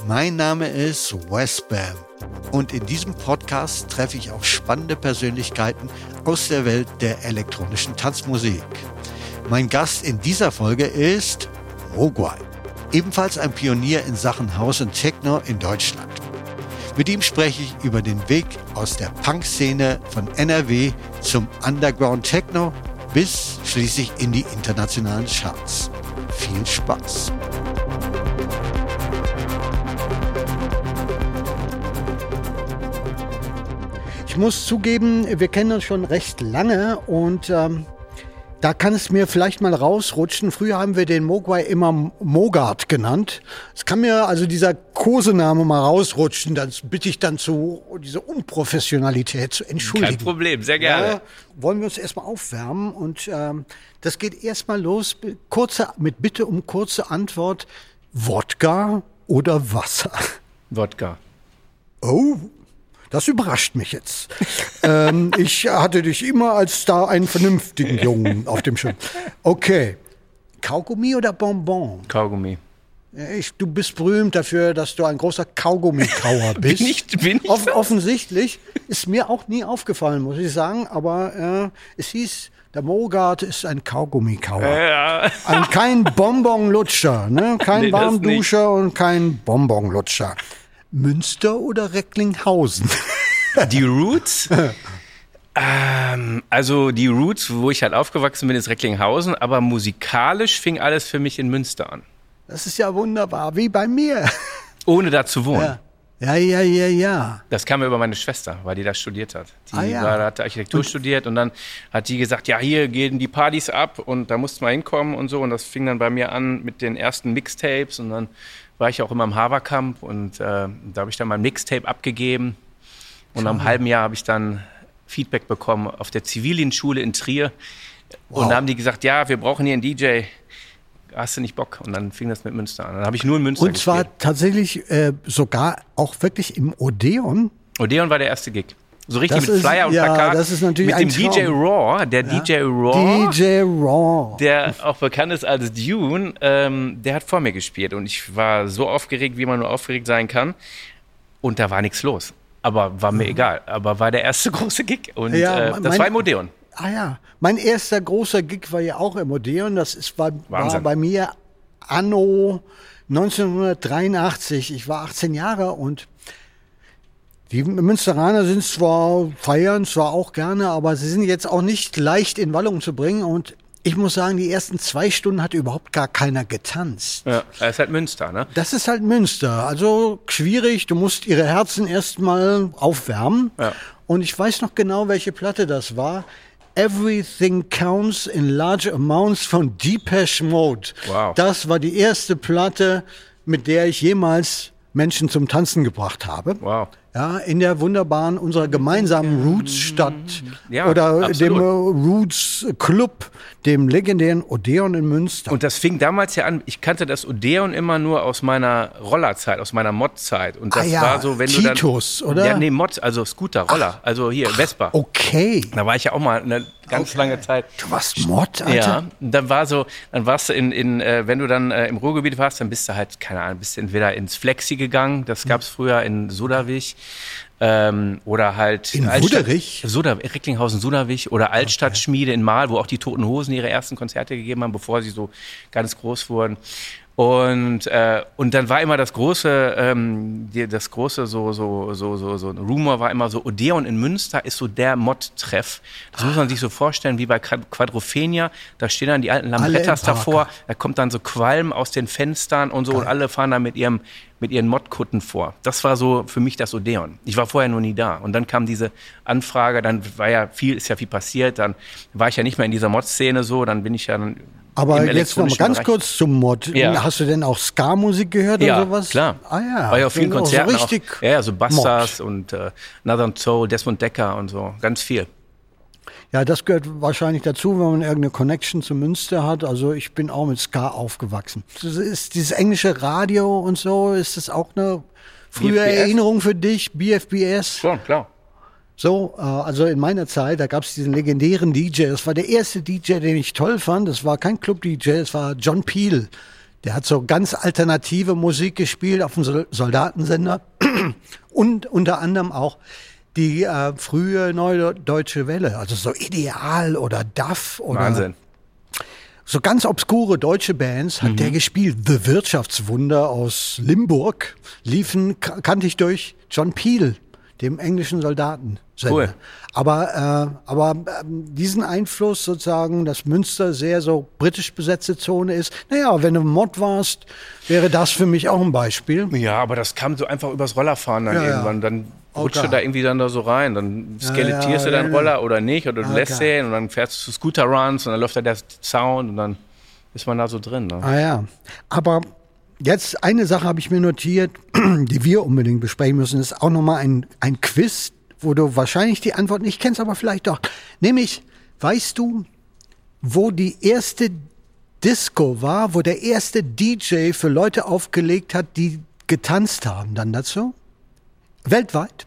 Mein Name ist Wes Bam und in diesem Podcast treffe ich auf spannende Persönlichkeiten aus der Welt der elektronischen Tanzmusik. Mein Gast in dieser Folge ist Mogwai, ebenfalls ein Pionier in Sachen House und Techno in Deutschland. Mit ihm spreche ich über den Weg aus der Punk-Szene von NRW zum Underground Techno bis schließlich in die internationalen Charts. Viel Spaß! Ich muss zugeben, wir kennen uns schon recht lange und da kann es mir vielleicht mal rausrutschen. Früher haben wir den Mogwai immer Mogart genannt. Es kann mir also dieser Kosename mal rausrutschen. Das bitte ich dann diese Unprofessionalität zu entschuldigen. Kein Problem, sehr gerne. Ja, wollen wir uns erstmal aufwärmen und das geht erstmal los mit Bitte um kurze Antwort. Wodka oder Wasser? Wodka. Oh, das überrascht mich jetzt. Ich hatte dich immer als da einen vernünftigen Jungen auf dem Schirm. Okay. Kaugummi oder Bonbon? Kaugummi. Du bist berühmt dafür, dass du ein großer Kaugummikauer bist. Bin ich offensichtlich. Ist mir auch nie aufgefallen, muss ich sagen. Aber es hieß, der Mogart ist ein Kaugummikauer. Ja. Kein Bonbonlutscher, ne? Kein Warmduscher und kein Bonbonlutscher. Münster oder Recklinghausen? Die Roots? Also die Roots, wo ich halt aufgewachsen bin, ist Recklinghausen, aber musikalisch fing alles für mich in Münster an. Das ist ja wunderbar, wie bei mir. Ohne da zu wohnen. Ja. Das kam über meine Schwester, weil die da studiert hat. Die hat Architektur studiert und dann hat die gesagt, ja, hier gehen die Partys ab und da musst du mal hinkommen und so. Und das fing dann bei mir an mit den ersten Mixtapes und dann war ich auch immer im Haverkamp und da habe ich dann mein Mixtape abgegeben. Und nach einem halben Jahr habe ich dann Feedback bekommen auf der Zivildienstschule in Trier. Wow. Und da haben die gesagt, ja, wir brauchen hier einen DJ. Hast du nicht Bock? Und dann fing das mit Münster an. Dann habe ich nur in Münster gespielt. Und zwar tatsächlich sogar auch wirklich im Odeon. Odeon war der erste Gig. So richtig mit Flyer und Plakat. Das ist natürlich mit dem DJ Raw. Der DJ Raw, der auch bekannt ist als Dune, der hat vor mir gespielt. Und ich war so aufgeregt, wie man nur aufgeregt sein kann. Und da war nichts los. Aber war mir egal. Aber war der erste große Gig. Und das war im Odeon. Ah ja, mein erster großer Gig war ja auch im Odeon. Das war bei mir anno 1983. Ich war 18 Jahre und die Münsteraner feiern zwar auch gerne, aber sie sind jetzt auch nicht leicht in Wallung zu bringen. Und ich muss sagen, die ersten 2 Stunden hat überhaupt gar keiner getanzt. Ja, das ist halt Münster, ne? Das ist halt Münster. Also schwierig, du musst ihre Herzen erstmal aufwärmen. Ja. Und ich weiß noch genau, welche Platte das war. Everything Counts in Large Amounts von Depeche Mode. Wow. Das war die erste Platte, mit der ich jemals Menschen zum Tanzen gebracht habe. Wow. Ja, in der wunderbaren, unserer gemeinsamen Roots-Stadt oder absolut. Dem Roots-Club, dem legendären Odeon in Münster. Und das fing damals ja an, ich kannte das Odeon immer nur aus meiner Rollerzeit, aus meiner Mod-Zeit. Und das war so, wenn Titus, du dann... oder? Ja, nee, Mod, also Scooter, Roller, also hier, Vespa. Okay. Da war ich ja auch mal eine ganz lange Zeit. Du warst Mod, Alter? Ja, und dann warst du wenn du dann im Ruhrgebiet warst, dann bist du halt, keine Ahnung, bist du entweder ins Flexi gegangen, das gab's früher in Sudawig, oder halt in Wuderich? Recklinghausen-Suderwich oder Altstadtschmiede in Mahl, wo auch die Toten Hosen ihre ersten Konzerte gegeben haben, bevor sie so ganz groß wurden. Und dann war immer das große so ein Rumor war immer so, Odeon in Münster ist so der Mod-Treff. Das muss man sich so vorstellen wie bei Quadrophenia. Da stehen dann die alten Lambrettas davor, da kommt dann so Qualm aus den Fenstern und so. Geil. Und alle fahren da mit ihren Mod-Kutten vor. Das war so für mich das Odeon. Ich war vorher noch nie da. Und dann kam diese Anfrage, dann ist ja viel passiert, dann war ich ja nicht mehr in dieser Mod-Szene so, dann bin ich ja dann... Aber jetzt noch mal ganz kurz zum Mod. Ja. Hast du denn auch Ska-Musik gehört oder sowas? Klar. Ah ja. War ja auf vielen Konzerten so richtig auch. So Bastards und Northern Soul, Desmond Decker und so. Ganz viel. Ja, das gehört wahrscheinlich dazu, wenn man irgendeine Connection zu Münster hat. Also ich bin auch mit Ska aufgewachsen. Das ist dieses englische Radio und so, ist das auch eine frühe Erinnerung für dich? BFBS? Schon, klar. So, also in meiner Zeit, da gab es diesen legendären DJ. Das war der erste DJ, den ich toll fand. Das war kein Club-DJ, das war John Peel. Der hat so ganz alternative Musik gespielt auf dem Soldatensender und unter anderem auch die frühe Neue Deutsche Welle, also so Ideal oder DAF oder Wahnsinn. So ganz obskure deutsche Bands hat der gespielt. The Wirtschaftswunder aus Limburg kannte ich durch John Peel, dem englischen Soldaten. Cool. Aber diesen Einfluss sozusagen, dass Münster sehr so britisch besetzte Zone ist. Naja, wenn du Mod warst, wäre das für mich auch ein Beispiel. Ja, aber das kam so einfach übers Rollerfahren dann irgendwann. Dann rutscht du da irgendwie dann da so rein. Dann skelettierst du deinen Roller oder nicht. Oder du lässt den und dann fährst du zu Scooter-Runs und dann läuft da der Sound und dann ist man da so drin. Ne? Ah ja, aber jetzt eine Sache habe ich mir notiert, die wir unbedingt besprechen müssen. Das ist auch nochmal ein Quiz, wo du wahrscheinlich die Antwort nicht kennst, aber vielleicht doch. Nämlich, weißt du, wo die erste Disco war, wo der erste DJ für Leute aufgelegt hat, die getanzt haben dann dazu? Weltweit.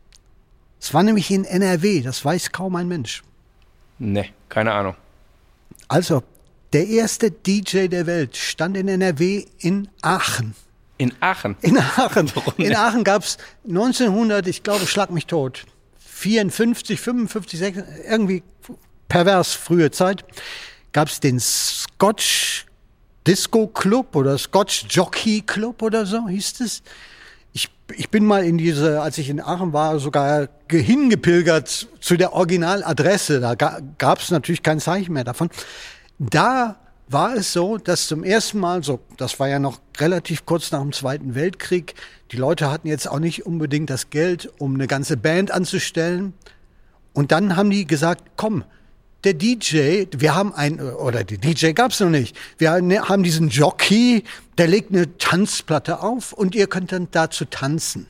Es war nämlich in NRW, das weiß kaum ein Mensch. Nee, keine Ahnung. Also, der erste DJ der Welt stand in NRW in Aachen. In Aachen? In Aachen. Warum in Aachen gab es 1900, ich glaube, schlag mich tot, 54, 55, 56, irgendwie pervers frühe Zeit, gab es den Scotch Disco Club oder Scotch Jockey Club oder so hieß es. Ich bin mal als ich in Aachen war, sogar hingepilgert zu der Originaladresse. Da gab es natürlich kein Zeichen mehr davon. Da war es so, dass zum ersten Mal, das war ja noch relativ kurz nach dem Zweiten Weltkrieg, die Leute hatten jetzt auch nicht unbedingt das Geld, um eine ganze Band anzustellen. Und dann haben die gesagt, komm, der DJ, die DJ gab's noch nicht. Wir haben diesen Jockey, der legt eine Tanzplatte auf und ihr könnt dann dazu tanzen.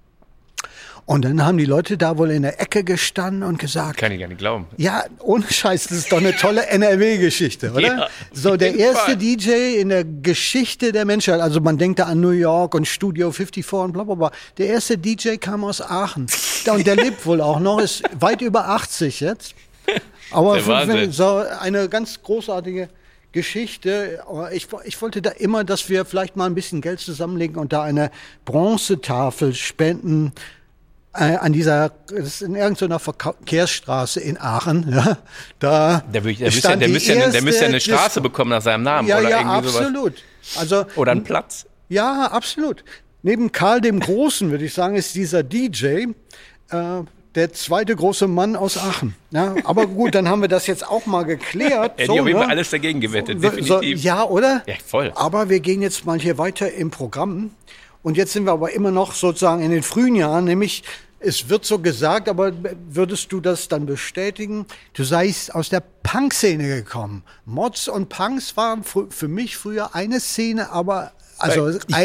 Und dann haben die Leute da wohl in der Ecke gestanden und gesagt... Kann ich gar nicht glauben. Ja, ohne Scheiß, das ist doch eine tolle NRW-Geschichte, oder? Ja, so, der erste Fall. DJ in der Geschichte der Menschheit, also man denkt da an New York und Studio 54 und bla bla bla. Der erste DJ kam aus Aachen. Und der lebt wohl auch noch, ist weit über 80 jetzt. Aber so eine ganz großartige Geschichte. Ich wollte da immer, dass wir vielleicht mal ein bisschen Geld zusammenlegen und da eine Bronzetafel spenden an das ist in irgendeiner Verkehrsstraße in Aachen. Ja, der müsste ja eine Straße bekommen nach seinem Namen. Ja, oder ja, irgendwie absolut. Sowas. Also, oder einen Platz. Ja, absolut. Neben Karl dem Großen, würde ich sagen, ist dieser DJ der zweite große Mann aus Aachen. Ja, aber gut, dann haben wir das jetzt auch mal geklärt. Die haben immer alles dagegen gewettet, definitiv. Ja, oder? Ja, voll. Aber wir gehen jetzt mal hier weiter im Programm. Und jetzt sind wir aber immer noch sozusagen in den frühen Jahren, nämlich es wird so gesagt, aber würdest du das dann bestätigen? Du seist aus der Punk-Szene gekommen. Mods und Punks waren für mich früher eine Szene, aber also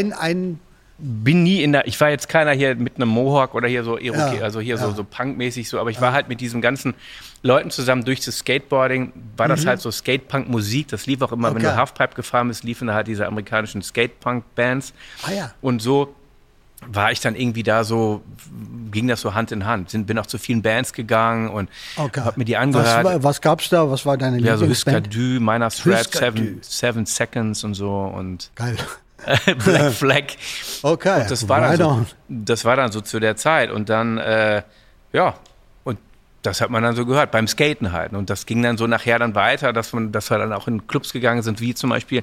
bin nie ich war jetzt keiner hier mit einem Mohawk oder hier so also hier so Punk-mäßig so, aber ich war halt mit diesen ganzen Leuten zusammen durch das Skateboarding, war das halt so Skate-Punk-Musik, das lief auch immer, wenn du Halfpipe gefahren bist, liefen da halt diese amerikanischen Skate-Punk-Bands und so war ich dann irgendwie da so, ging das so Hand in Hand. Bin auch zu vielen Bands gegangen und hab mir die angehört. Was gab's da? Was war deine Lieblingsband? Ja, so Husker Du, Minor Threat, 7 Seconds und so und geil. Black Flag. Okay. Und das war dann so zu der Zeit. Und dann, und das hat man dann so gehört, beim Skaten halt. Und das ging dann so nachher dann weiter, dass wir dann auch in Clubs gegangen sind, wie zum Beispiel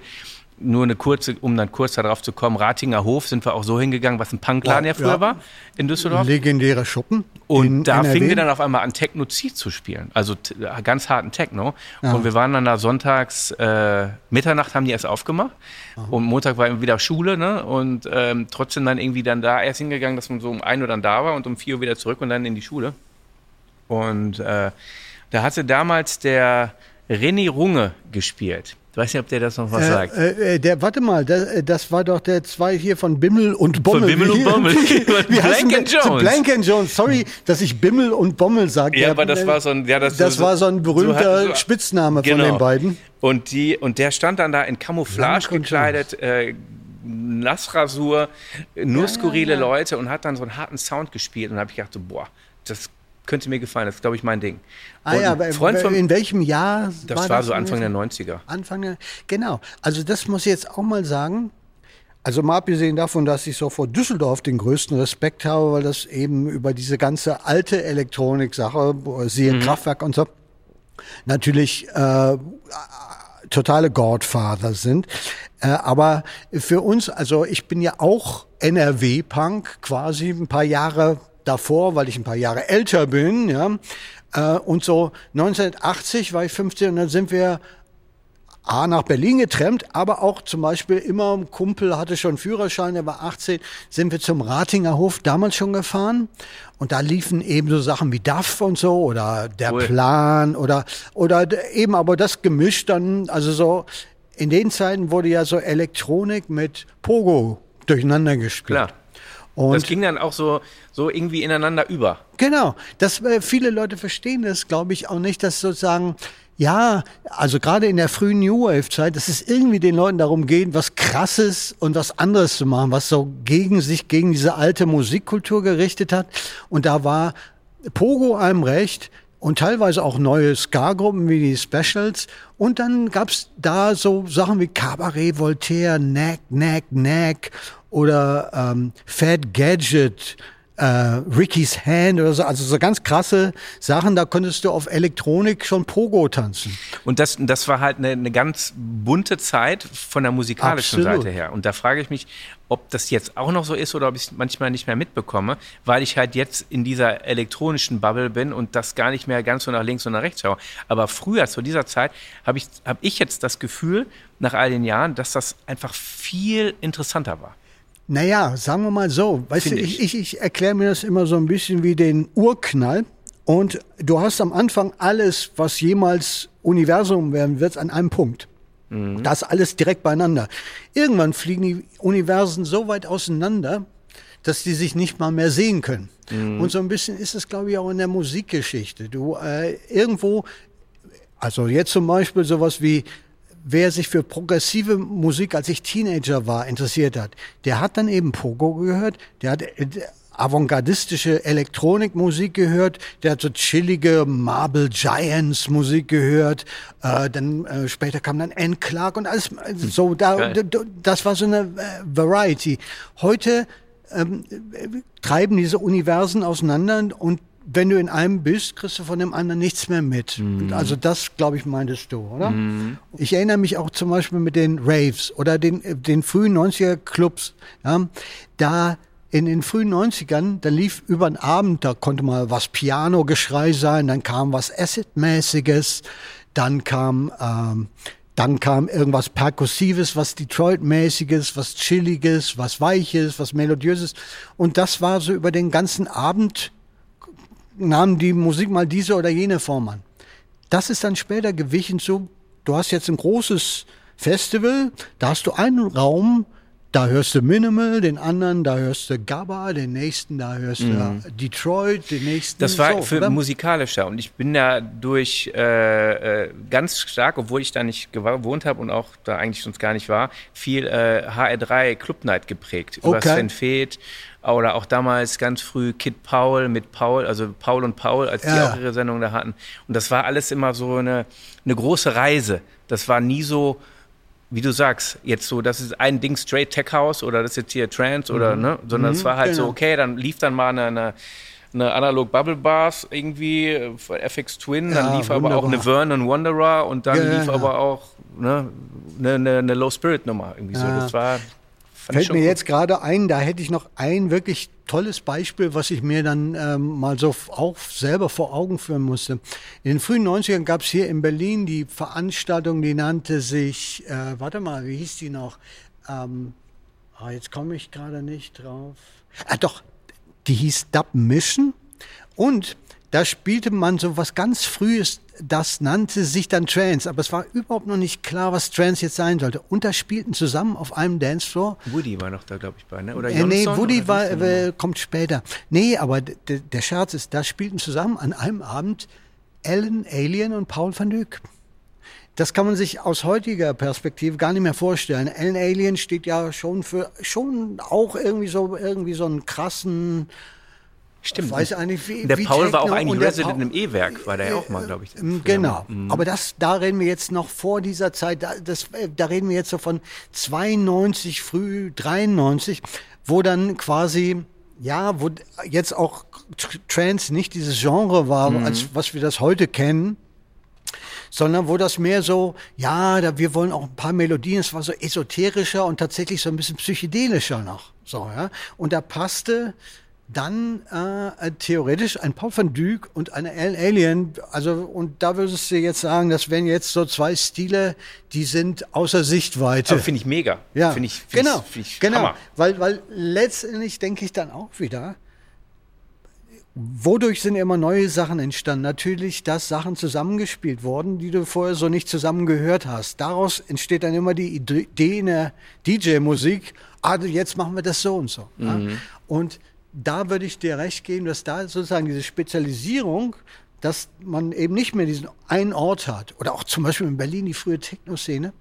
um dann kurz darauf zu kommen, Ratinger Hof sind wir auch so hingegangen, was ein Punkladen ja früher war in Düsseldorf. Legendäre Schuppen. Und da fingen wir dann auf einmal an, Techno-C zu spielen. Also ganz harten Techno. Ja. Und wir waren dann da sonntags, Mitternacht haben die erst aufgemacht. Und Montag war wieder Schule, ne? Und trotzdem dann irgendwie dann da erst hingegangen, dass man so um 1 Uhr dann da war und um 4 Uhr wieder zurück und dann in die Schule. Und da hatte damals der René Runge gespielt. Ich weiß nicht, ob der das noch was sagt. Warte mal, das war doch der zwei hier von Bimmel und Bommel. Von Bimmel und Bommel. Blank Jones. Blank Jones. Sorry, dass ich Bimmel und Bommel sage. Ja, aber das war so ein... Ja, das war so ein berühmter Spitzname von den beiden. Und der stand dann da in Camouflage gekleidet, Nassrasur, nur skurrile Leute und hat dann so einen harten Sound gespielt. Und da habe ich gedacht, so, boah, das könnte mir gefallen. Das ist, glaube ich, mein Ding. In welchem Jahr? Das war so Anfang der 90er. Genau. Also das muss ich jetzt auch mal sagen. Also mal abgesehen davon, dass ich so vor Düsseldorf den größten Respekt habe, weil das eben über diese ganze alte Elektronik-Sache, siehe Kraftwerk und so, natürlich totale Godfather sind. Aber für uns, also ich bin ja auch NRW-Punk quasi ein paar Jahre davor, weil ich ein paar Jahre älter bin, ja. Und so 1980 war ich 15 und dann sind wir nach Berlin getrennt, aber auch zum Beispiel immer ein Kumpel hatte schon einen Führerschein, der war 18, sind wir zum Ratinger Hof damals schon gefahren und da liefen eben so Sachen wie Duff und so oder Der Plan oder eben aber das gemischt dann, also so in den Zeiten wurde ja so Elektronik mit Pogo durcheinander gespielt. Klar. Und das ging dann auch so irgendwie ineinander über. Genau. Viele Leute verstehen das, glaube ich, auch nicht, dass sozusagen, ja, also gerade in der frühen New Wave-Zeit, dass es irgendwie den Leuten darum geht, was Krasses und was anderes zu machen, was so gegen diese alte Musikkultur gerichtet hat. Und da war Pogo einem recht und teilweise auch neue Ska-Gruppen wie die Specials. Und dann gab's da so Sachen wie Cabaret Voltaire, Knack oder Fat Gadget, Ricky's Hand oder so, also so ganz krasse Sachen, da konntest du auf Elektronik schon Pogo tanzen. Und das war halt eine ganz bunte Zeit von der musikalischen Seite her. Und da frage ich mich, ob das jetzt auch noch so ist oder ob ich es manchmal nicht mehr mitbekomme, weil ich halt jetzt in dieser elektronischen Bubble bin und das gar nicht mehr ganz so nach links und nach rechts schaue. Aber früher, zu dieser Zeit, hab ich jetzt das Gefühl, nach all den Jahren, dass das einfach viel interessanter war. Naja, sagen wir mal so. Weißt du, ich erkläre mir das immer so ein bisschen wie den Urknall. Und du hast am Anfang alles, was jemals Universum werden wird, an einem Punkt. Mhm. Das alles direkt beieinander. Irgendwann fliegen die Universen so weit auseinander, dass die sich nicht mal mehr sehen können. Mhm. Und so ein bisschen ist es, glaube ich, auch in der Musikgeschichte. Du irgendwo, also jetzt zum Beispiel sowas wie, wer sich für progressive Musik, als ich Teenager war, interessiert hat, der hat dann eben Pogo gehört, der hat avantgardistische Elektronikmusik gehört, der hat so chillige Marble Giants Musik gehört, dann später kam dann Anne Clark und alles so, das war so eine Variety. Heute treiben diese Universen auseinander und wenn du in einem bist, kriegst du von dem anderen nichts mehr mit. Mm. Also das, glaube ich, meintest du, oder? Mm. Ich erinnere mich auch zum Beispiel mit den Raves oder den frühen 90er-Clubs. Ja, da in den frühen 90ern, da lief über den Abend, da konnte mal was Piano-Geschrei sein, dann kam was Acid-mäßiges, dann kam irgendwas Perkussives, was Detroit-mäßiges, was Chilliges, was Weiches, was Melodiöses. Und das war so über den ganzen Abend, nahm die Musik mal diese oder jene Form an. Das ist dann später gewichen zu, du hast jetzt ein großes Festival, da hast du einen Raum, da hörst du Minimal, den anderen, da hörst du Gabba, den nächsten, da hörst du Detroit, den nächsten. Das war für musikalischer und ich bin da durch ganz stark, obwohl ich da nicht gewohnt habe und auch da eigentlich sonst gar nicht war, viel HR3 Club Night geprägt. Über Sven Feth oder auch damals ganz früh Kid Paul mit Paul, also Paul und Paul, als die auch ihre Sendung da hatten. Und das war alles immer so eine große Reise. Das war nie so, wie du sagst, jetzt so, das ist ein Ding straight Tech House oder das ist jetzt hier Trance oder, ne, sondern es war halt so, okay, dann lief dann mal eine Analog Bubble Bass irgendwie, FX Twin, dann lief aber auch eine Vernon Wanderer und dann lief aber auch eine Low Spirit Nummer irgendwie so. Das war fällt mir jetzt gerade ein, da hätte ich noch ein wirklich tolles Beispiel, was ich mir dann mal so auch selber vor Augen führen musste. In den frühen 90ern gab es hier in Berlin die Veranstaltung, die nannte sich, wie hieß die noch? Jetzt komme ich gerade nicht drauf. Die hieß Dub Mission und da spielte man so was ganz Frühes, das nannte sich dann Trance, aber es war überhaupt noch nicht klar, was Trance jetzt sein sollte. Und da spielten zusammen auf einem Dancefloor. Woody war noch da, glaube ich, bei, ne? Oder Jonsson? Nee, Woody kommt später. Nee, aber der Scherz ist, da spielten zusammen an einem Abend Alan Alien und Paul van Dyk. Das kann man sich aus heutiger Perspektive gar nicht mehr vorstellen. Alan Alien steht ja schon auch irgendwie so einen krassen Stimmt. Weiß eigentlich, wie der Paul Techno war auch eigentlich und Resident im E-Werk, war der ja auch mal, glaube ich. Genau, aber da reden wir jetzt noch vor dieser Zeit, da reden wir jetzt so von 92, früh 93, wo dann quasi, ja, wo jetzt auch Trance nicht dieses Genre war, als was wir das heute kennen, sondern wo das mehr so, ja, wir wollen auch ein paar Melodien, es war so esoterischer und tatsächlich so ein bisschen psychedelischer noch, so, ja, und da passte dann theoretisch ein Paul van Dyk und eine Alien, also und da würdest du jetzt sagen, das wären jetzt so zwei Stile, die sind außer Sichtweite. Aber finde ich mega. Ja, find ich genau, Hammer. Weil letztendlich denke ich dann auch wieder, wodurch sind immer neue Sachen entstanden? Natürlich, dass Sachen zusammengespielt wurden, die du vorher so nicht zusammen gehört hast. Daraus entsteht dann immer die Idee in der DJ-Musik, jetzt machen wir das so und so. Ja? Und da würde ich dir recht geben, dass da sozusagen diese Spezialisierung, dass man eben nicht mehr diesen einen Ort hat. Oder auch zum Beispiel in Berlin die frühe Techno-Szene.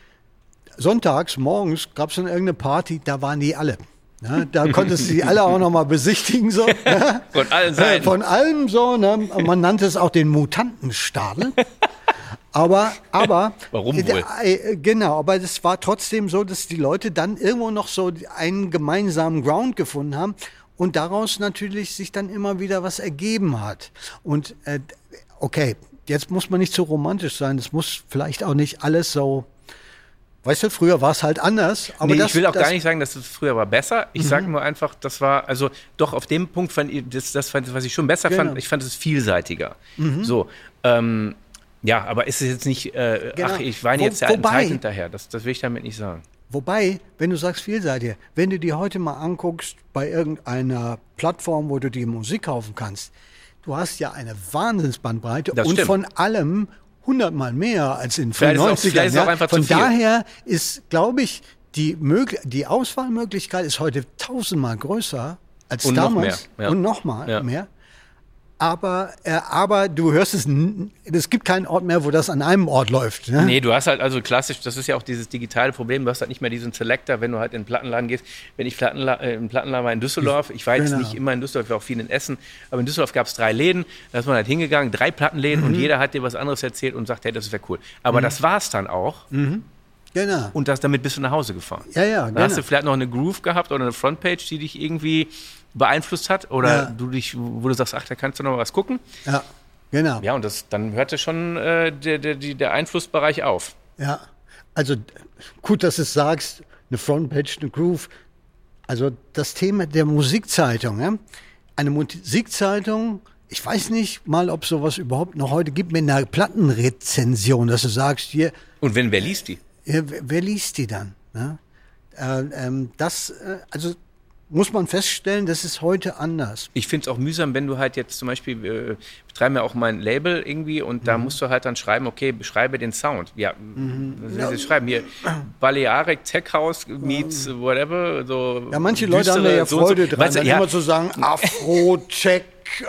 Sonntags, morgens gab es dann irgendeine Party, da waren die alle. Ja, da konntest du die alle auch nochmal besichtigen. So, ja. Von allen Seiten. Von allem so. Ne? Man nannte es auch den Mutantenstadel. Aber warum wohl? Genau, aber es war trotzdem so, dass die Leute dann irgendwo noch so einen gemeinsamen Ground gefunden haben und daraus natürlich sich dann immer wieder was ergeben hat. Und okay, jetzt muss man nicht so romantisch sein, es muss vielleicht auch nicht alles so, weißt du, früher war es halt anders. Aber nee, ich will auch gar nicht sagen, dass es früher war besser. Ich sage nur einfach, das war, also doch auf dem Punkt fand ich, was ich schon besser fand, ich fand es vielseitiger. So, ja, aber ist es jetzt nicht, ach, ich weine jetzt der alten Zeit hinterher, das will ich damit nicht sagen. Wobei, wenn du sagst vielseitig, wenn du dir heute mal anguckst bei irgendeiner Plattform, wo du die Musik kaufen kannst, du hast ja eine Wahnsinnsbandbreite das und stimmt. Von allem 100-mal mehr als in den 90ern. Ist auch einfach von zu viel. Daher ist, glaube ich, die Auswahlmöglichkeit ist heute 1000-mal größer als und damals. Noch mehr. Ja. Und noch mal mehr. Aber du hörst es gibt keinen Ort mehr, wo das an einem Ort läuft. Ne? Nee, du hast halt also klassisch, das ist ja auch dieses digitale Problem, du hast halt nicht mehr diesen Selector, wenn du halt in den Plattenladen gehst. Wenn ich im Plattenladen war in Düsseldorf, ich war jetzt nicht immer in Düsseldorf, ich war auch viel in Essen, aber in Düsseldorf gab es 3 Läden, da ist man halt hingegangen, 3 Plattenläden und jeder hat dir was anderes erzählt und sagt, hey, das wäre cool. Aber das war's dann auch. Genau. Und damit bist du nach Hause gefahren. Ja, Dann hast du vielleicht noch eine Groove gehabt oder eine Frontpage, die dich irgendwie beeinflusst hat oder wo du sagst, ach, da kannst du noch was gucken. Ja, genau. Ja, und dann hörte schon der Einflussbereich auf. Ja, also gut, dass du es sagst, eine Frontpage, eine Groove. Also das Thema der Musikzeitung. Ja? Eine Musikzeitung, ich weiß nicht mal, ob sowas überhaupt noch heute gibt, mit einer Plattenrezension, dass du sagst, hier. Und wer liest die? Wer liest die dann? Ne? Also muss man feststellen, das ist heute anders. Ich finde es auch mühsam, wenn du halt jetzt zum Beispiel, wir betreiben ja auch mein Label irgendwie und da musst du halt dann schreiben, okay, beschreibe den Sound. Ja, was willst du schreiben? Hier, Balearic Tech House meets whatever. So ja, manche Leute haben da ja Freude dran, dann immer zu sagen, Afro, Tech,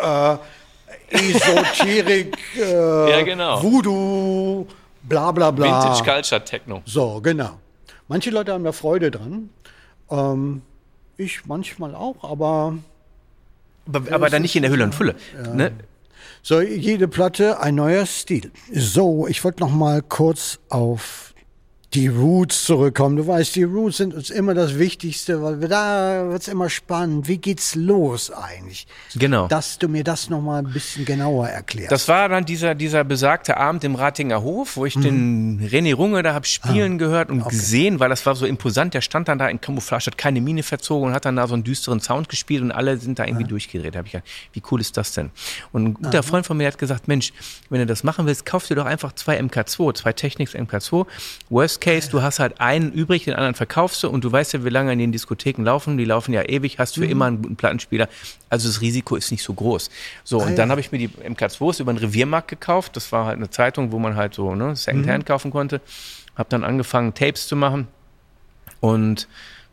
Esoterik, ja, genau. Voodoo, bla bla bla. Vintage Culture Techno. So, genau. Manche Leute haben da Freude dran. Ich manchmal auch, aber dann nicht in der Hülle und Fülle. Ja. Ne? So, jede Platte ein neuer Stil. So, ich wollte noch mal kurz auf die Roots zurückkommen. Du weißt, die Roots sind uns immer das Wichtigste, weil da wird es immer spannend. Wie geht's los eigentlich? Genau. Dass du mir das noch mal ein bisschen genauer erklärst. Das war dann dieser besagte Abend im Ratinger Hof, wo ich den René Runge da habe spielen gehört und gesehen, weil das war so imposant. Der stand dann da in Camouflage, hat keine Miene verzogen und hat dann da so einen düsteren Sound gespielt und alle sind da irgendwie durchgedreht. Da habe ich gedacht, wie cool ist das denn? Und ein guter Freund von mir hat gesagt, Mensch, wenn du das machen willst, kauf dir doch einfach 2 MK2, 2 Technics MK2. Worst Case, du hast halt einen übrig, den anderen verkaufst du und du weißt ja, wie lange in den Diskotheken laufen. Die laufen ja ewig, hast für immer einen guten Plattenspieler. Also das Risiko ist nicht so groß. So, und dann habe ich mir die MK2s über den Reviermarkt gekauft. Das war halt eine Zeitung, wo man halt so Secondhand kaufen konnte. Habe dann angefangen, Tapes zu machen. Und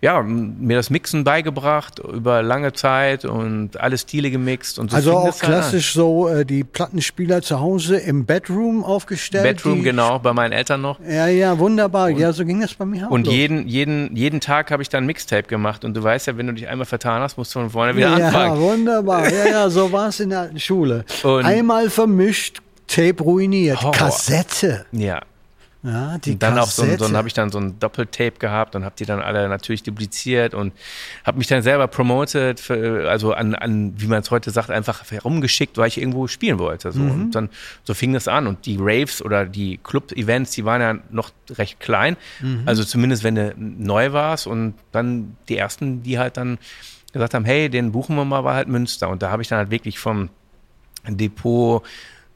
mir das Mixen beigebracht über lange Zeit und alle Stile gemixt. Und so also auch klassisch so die Plattenspieler zu Hause im Bedroom aufgestellt? Bedroom, genau, bei meinen Eltern noch. Ja, wunderbar. Ja, so ging das bei mir auch. Und jeden Tag habe ich dann ein Mixtape gemacht. Und du weißt ja, wenn du dich einmal vertan hast, musst du von vorne wieder anfangen. Ja, wunderbar. Ja, so war es in der alten Schule. Und einmal vermischt, Tape ruiniert. Horror. Kassette. Ja. Ja, die und dann Kassette. auch habe ich dann so ein Doppeltape gehabt und habe die dann alle natürlich dupliziert und habe mich dann selber promoted, also an wie man es heute sagt, einfach herumgeschickt, weil ich irgendwo spielen wollte. So. Und dann so fing das an und die Raves oder die Club-Events, die waren ja noch recht klein, also zumindest wenn du neu warst und dann die ersten, die halt dann gesagt haben, hey, den buchen wir mal, war halt Münster und da habe ich dann halt wirklich vom Depot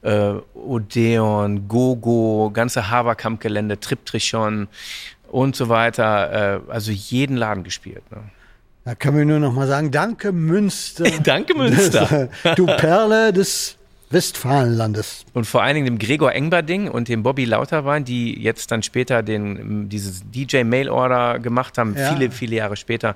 Odeon, Gogo, ganze Haberkamp-Gelände, Triptrichon und so weiter, also jeden Laden gespielt. Ne? Da können wir nur noch mal sagen, danke Münster. Danke Münster. Du Perle des Westfalenlandes. Und vor allen Dingen dem Gregor Engberding und dem Bobby Lauterwein, die jetzt dann später dieses DJ-Mail-Order gemacht haben, viele Jahre später,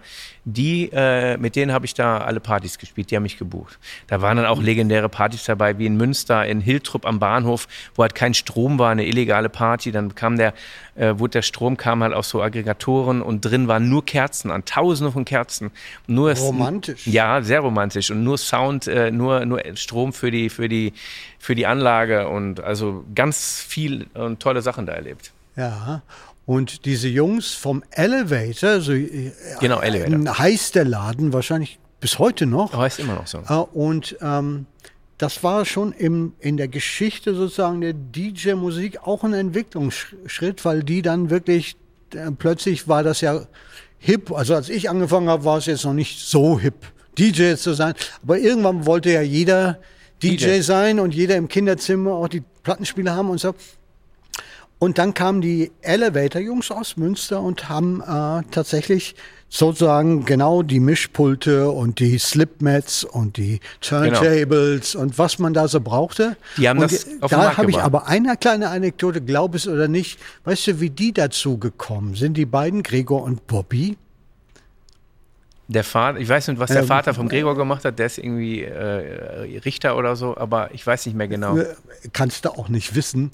mit denen habe ich da alle Partys gespielt, die haben mich gebucht. Da waren dann auch legendäre Partys dabei, wie in Münster, in Hiltrup am Bahnhof, wo halt kein Strom war, eine illegale Party. Dann kam der Strom kam halt aus so Aggregatoren und drin waren nur Kerzen, an Tausende von Kerzen. Nur romantisch. Ja, sehr romantisch und nur Sound, nur Strom für die Anlage und also ganz viel und tolle Sachen da erlebt. Ja, und diese Jungs vom Elevator, genau, Elevator. Heißt der Laden wahrscheinlich bis heute noch. Heißt immer noch so. Und das war schon in der Geschichte sozusagen der DJ-Musik auch ein Entwicklungsschritt, weil die dann wirklich, plötzlich war das ja hip. Also als ich angefangen habe, war es jetzt noch nicht so hip, DJ zu sein. Aber irgendwann wollte ja jeder DJ sein und jeder im Kinderzimmer auch die Plattenspieler haben und so. Und dann kamen die Elevator-Jungs aus Münster und haben tatsächlich sozusagen genau die Mischpulte und die Slipmats und die Turntables und was man da so brauchte. Die haben das auf den Markt Da habe ich aber eine kleine Anekdote, glaub es oder nicht. Weißt du, wie die dazu gekommen sind, die beiden, Gregor und Bobby? Der Vater, ich weiß nicht, was der Vater vom Gregor gemacht hat, der ist irgendwie Richter oder so, aber ich weiß nicht mehr genau. Kannst du auch nicht wissen.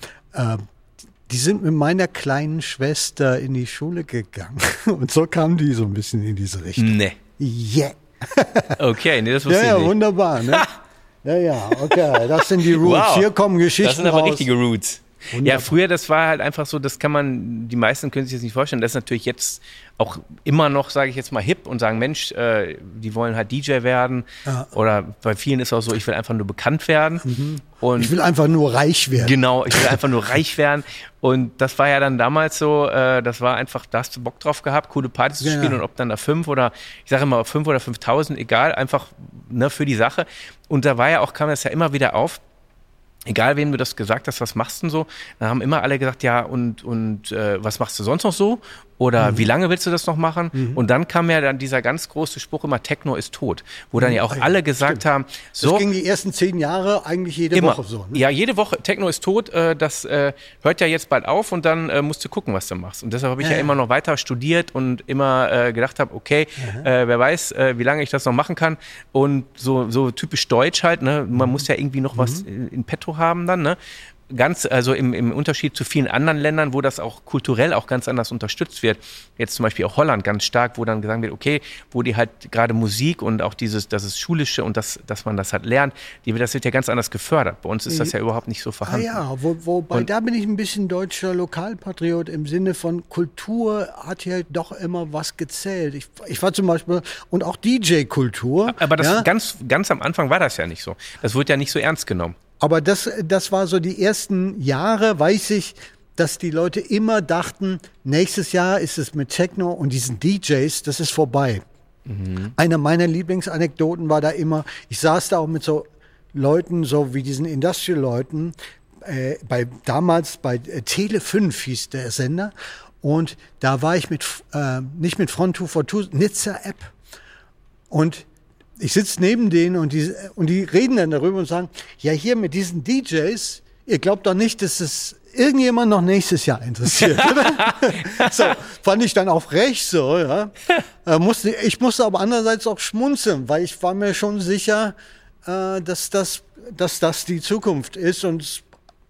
Die sind mit meiner kleinen Schwester in die Schule gegangen. Und so kamen die so ein bisschen in diese Richtung. Nee. Yeah. Okay, nee, das wusste ich nicht. Ja, wunderbar. Ne? Ja, okay, das sind die Roots. Wow. Hier kommen Geschichten raus. Das sind aber richtige Roots. Wunderbar. Ja, früher, das war halt einfach so, die meisten können sich das nicht vorstellen. Das ist natürlich jetzt auch immer noch, sage ich jetzt mal, hip und sagen, Mensch, die wollen halt DJ werden. Ja. Oder bei vielen ist auch so, ich will einfach nur bekannt werden. Und ich will einfach nur reich werden. Genau, ich will einfach nur reich werden. Und das war ja dann damals so, das war einfach, da hast du Bock drauf gehabt, coole Partys zu spielen und ob dann da 5 oder, ich sage immer 5 oder 5.000, egal, einfach für die Sache. Und da kam das ja immer wieder auf. Egal, wem du das gesagt hast, was machst du denn so? Dann haben immer alle gesagt, ja, und was machst du sonst noch so? Oder wie lange willst du das noch machen? Und dann kam ja dann dieser ganz große Spruch immer, Techno ist tot. Wo dann ja auch alle gesagt haben, so. Das ging die ersten 10 Jahre eigentlich jede Woche so. Ne? Ja, jede Woche, Techno ist tot, das hört ja jetzt bald auf und dann musst du gucken, was du machst. Und deshalb habe ich ja immer noch weiter studiert und immer gedacht habe, okay, wer weiß, wie lange ich das noch machen kann. Und so typisch deutsch halt, ne? Man muss ja irgendwie noch was in petto haben dann, ne? Also im Unterschied zu vielen anderen Ländern, wo das auch kulturell auch ganz anders unterstützt wird. Jetzt zum Beispiel auch Holland ganz stark, wo dann gesagt wird, okay, wo die halt gerade Musik und auch das ist Schulische und dass man das halt lernt, das wird ja ganz anders gefördert. Bei uns ist das ja überhaupt nicht so vorhanden. Ja, wobei da bin ich ein bisschen deutscher Lokalpatriot im Sinne von Kultur hat ja doch immer was gezählt. Ich war zum Beispiel, und auch DJ-Kultur. Aber das ganz am Anfang war das ja nicht so. Das wurde ja nicht so ernst genommen. Aber das war so die ersten Jahre, weiß ich, dass die Leute immer dachten, nächstes Jahr ist es mit Techno und diesen DJs, das ist vorbei. Eine meiner Lieblingsanekdoten war da immer, ich saß da auch mit so Leuten, so wie diesen Industrial-Leuten, damals bei Tele 5 hieß der Sender, und da war ich nicht mit Front 242, Nizza App. Und ich sitze neben denen und die reden dann darüber und sagen, ja, hier mit diesen DJs, ihr glaubt doch nicht, dass es irgendjemand noch nächstes Jahr interessiert. So, fand ich dann auch recht so, ja. Ich musste aber andererseits auch schmunzeln, weil ich war mir schon sicher, dass das die Zukunft ist. Und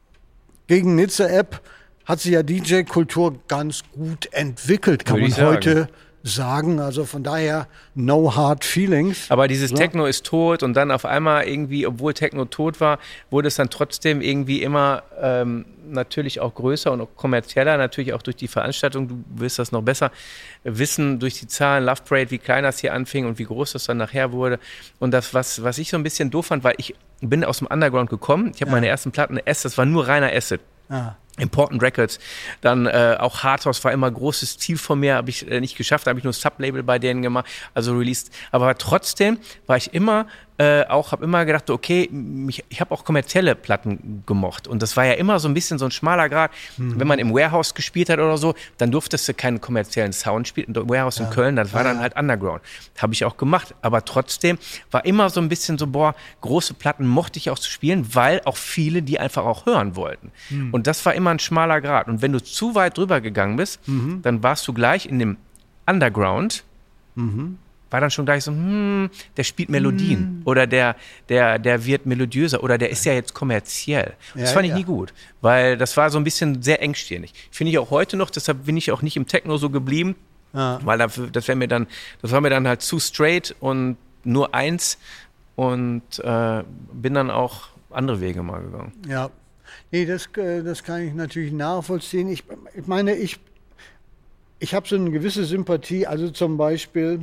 gegen Nizza-App hat sich ja DJ-Kultur ganz gut entwickelt, kann man heute sagen. Also von daher, no hard feelings. Aber dieses Techno ist tot und dann auf einmal irgendwie, obwohl Techno tot war, wurde es dann trotzdem irgendwie immer natürlich auch größer und auch kommerzieller, natürlich auch durch die Veranstaltung. Du wirst das noch besser wissen, durch die Zahlen, Love Parade, wie klein das hier anfing und wie groß das dann nachher wurde. Und das, was ich so ein bisschen doof fand, weil ich bin aus dem Underground gekommen. Ich habe meine ersten Platten, das war nur reiner Acid. Important Records, dann auch Hardhouse war immer großes Ziel von mir, habe ich nicht geschafft, habe ich nur Sublabel bei denen gemacht, also released, aber trotzdem war ich immer habe immer gedacht, okay, ich habe auch kommerzielle Platten gemocht und das war ja immer so ein bisschen so ein schmaler Grat, wenn man im Warehouse gespielt hat oder so, dann durftest du keinen kommerziellen Sound spielen, im Warehouse in Köln, das war dann halt Underground, habe ich auch gemacht, aber trotzdem war immer so ein bisschen so, große Platten mochte ich auch zu spielen, weil auch viele die einfach auch hören wollten und das war immer ein schmaler Grat und wenn du zu weit drüber gegangen bist, dann warst du gleich in dem Underground, war dann schon gleich so, der spielt Melodien oder der wird melodiöser oder der ist ja jetzt kommerziell. Das fand ich nie gut, weil das war so ein bisschen sehr engstirnig. Finde ich auch heute noch, deshalb bin ich auch nicht im Techno so geblieben, weil das war mir dann halt zu straight und nur eins und bin dann auch andere Wege mal gegangen. Ja, nee, das kann ich natürlich nachvollziehen. Ich meine, ich habe so eine gewisse Sympathie, also zum Beispiel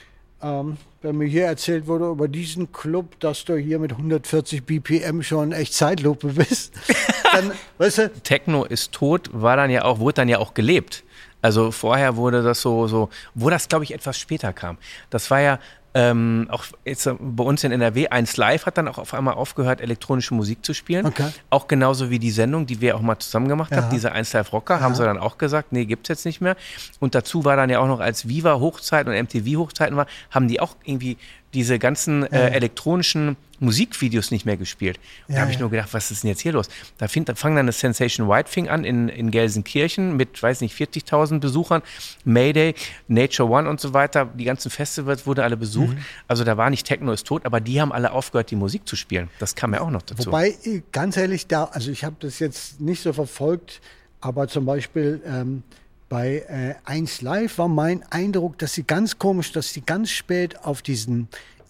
wenn mir hier erzählt wurde über diesen Club, dass du hier mit 140 BPM schon echt Zeitlupe bist, dann, weißt du... Techno ist tot, wurde dann ja auch gelebt. Also vorher wurde das so, wo das, glaube ich, etwas später kam. Das war ja auch jetzt bei uns in NRW, 1 Live hat dann auch auf einmal aufgehört, elektronische Musik zu spielen. Okay. Auch genauso wie die Sendung, die wir auch mal zusammen gemacht haben, diese 1 Live Rocker, haben sie dann auch gesagt, nee, gibt's jetzt nicht mehr. Und dazu war dann ja auch noch, als Viva Hochzeit und MTV Hochzeiten war, haben die auch irgendwie diese ganzen elektronischen Musikvideos nicht mehr gespielt. Und da habe ich nur gedacht, was ist denn jetzt hier los? Da fangen dann eine Sensation White an in Gelsenkirchen mit, weiß nicht, 40.000 Besuchern, Mayday, Nature One und so weiter. Die ganzen Festivals wurden alle besucht. Also da war nicht Techno ist tot, aber die haben alle aufgehört, die Musik zu spielen. Das kam ja auch noch dazu. Wobei, ganz ehrlich, also ich habe das jetzt nicht so verfolgt, aber zum Beispiel bei 1 Live war mein Eindruck, dass sie ganz spät auf diesen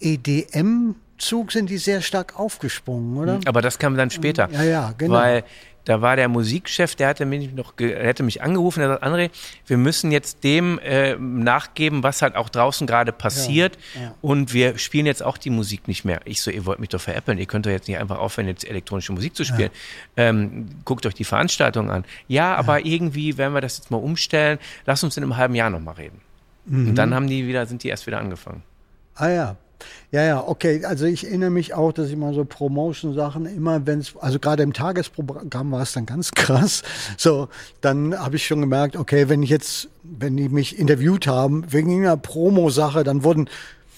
EDM-Zug sind, die sehr stark aufgesprungen, oder? Aber das kam dann später. Ja, genau. Weil da war der Musikchef, der hätte mich angerufen, der sagt, André, wir müssen jetzt dem nachgeben, was halt auch draußen gerade passiert und wir spielen jetzt auch die Musik nicht mehr. Ich so, ihr wollt mich doch veräppeln, ihr könnt doch jetzt nicht einfach aufhören, jetzt elektronische Musik zu spielen. Guckt euch die Veranstaltung an. Ja, aber irgendwie werden wir das jetzt mal umstellen, lass uns in einem halben Jahr nochmal reden. Und dann sind die erst wieder angefangen. Ah ja. Ja, okay. Also ich erinnere mich auch, dass ich mal so Promotion-Sachen also gerade im Tagesprogramm war es dann ganz krass. So, dann habe ich schon gemerkt, okay, wenn die mich interviewt haben, wegen einer Promo-Sache, dann wurden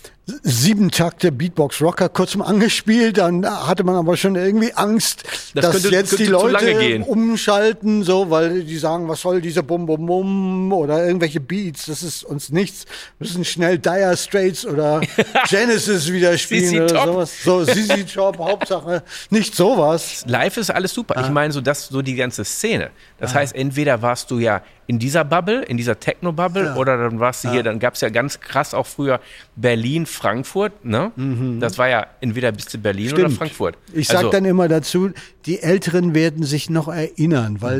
7 Takte Beatbox Rocker kurz mal angespielt, dann hatte man aber schon irgendwie Angst, dass jetzt die Leute umschalten, so, weil die sagen, was soll diese Bum Bum Bum oder irgendwelche Beats, das ist uns nichts. Wir müssen schnell Dire Straits oder Genesis wieder spielen oder sowas. So, ZZ Top, Hauptsache nicht sowas. Live ist alles super. Ich meine, so die ganze Szene. Das heißt, entweder warst du ja in dieser Bubble, in dieser Techno-Bubble, oder dann warst du hier, dann gab es ja ganz krass auch früher Berlin, Frankfurt, ne? Das war ja entweder bist du Berlin oder Frankfurt. Ich sag dann immer dazu, die Älteren werden sich noch erinnern, weil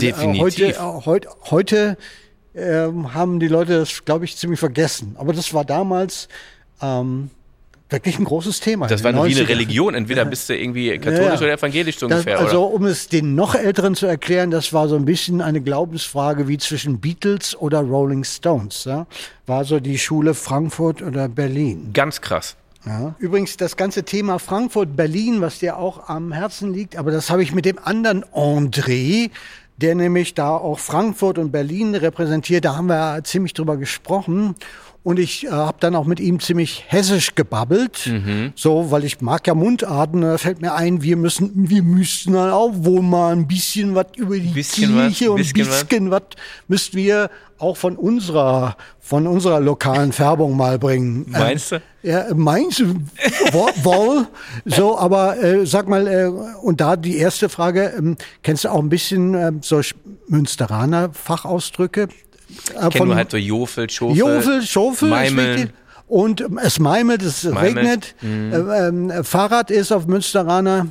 heute haben die Leute das, glaube ich, ziemlich vergessen. Aber das war damals wirklich ein großes Thema. Das war wie eine Religion. Entweder bist du irgendwie katholisch oder evangelisch so ungefähr. Also um es den noch Älteren zu erklären, das war so ein bisschen eine Glaubensfrage wie zwischen Beatles oder Rolling Stones. Ja? War so die Schule Frankfurt oder Berlin. Ganz krass. Ja. Übrigens das ganze Thema Frankfurt-Berlin, was dir auch am Herzen liegt, aber das habe ich mit dem anderen André, der nämlich da auch Frankfurt und Berlin repräsentiert, da haben wir ziemlich drüber gesprochen. Und ich habe dann auch mit ihm ziemlich hessisch gebabbelt, so, weil ich mag ja Mundarten. Da fällt mir ein, wir müssten dann auch wohl mal ein bisschen was über die Kirche und ein bisschen was müssten wir auch von unserer lokalen Färbung mal bringen. Meinst du? Ja, meinst du? Wohl. So, aber sag mal, und da die erste Frage, kennst du auch ein bisschen so Münsteraner Fachausdrücke? Kennen wir halt so Jofel, Schofel, Meimeln. Und es meimelt, es regnet. Fahrrad ist auf Münsteraner.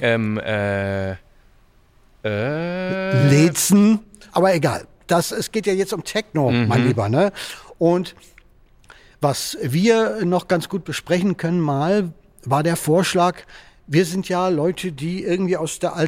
Letzen. Aber egal. Es geht ja jetzt um Techno, mein Lieber. Ne? Und was wir noch ganz gut besprechen können mal, war der Vorschlag, wir sind ja Leute, die irgendwie aus der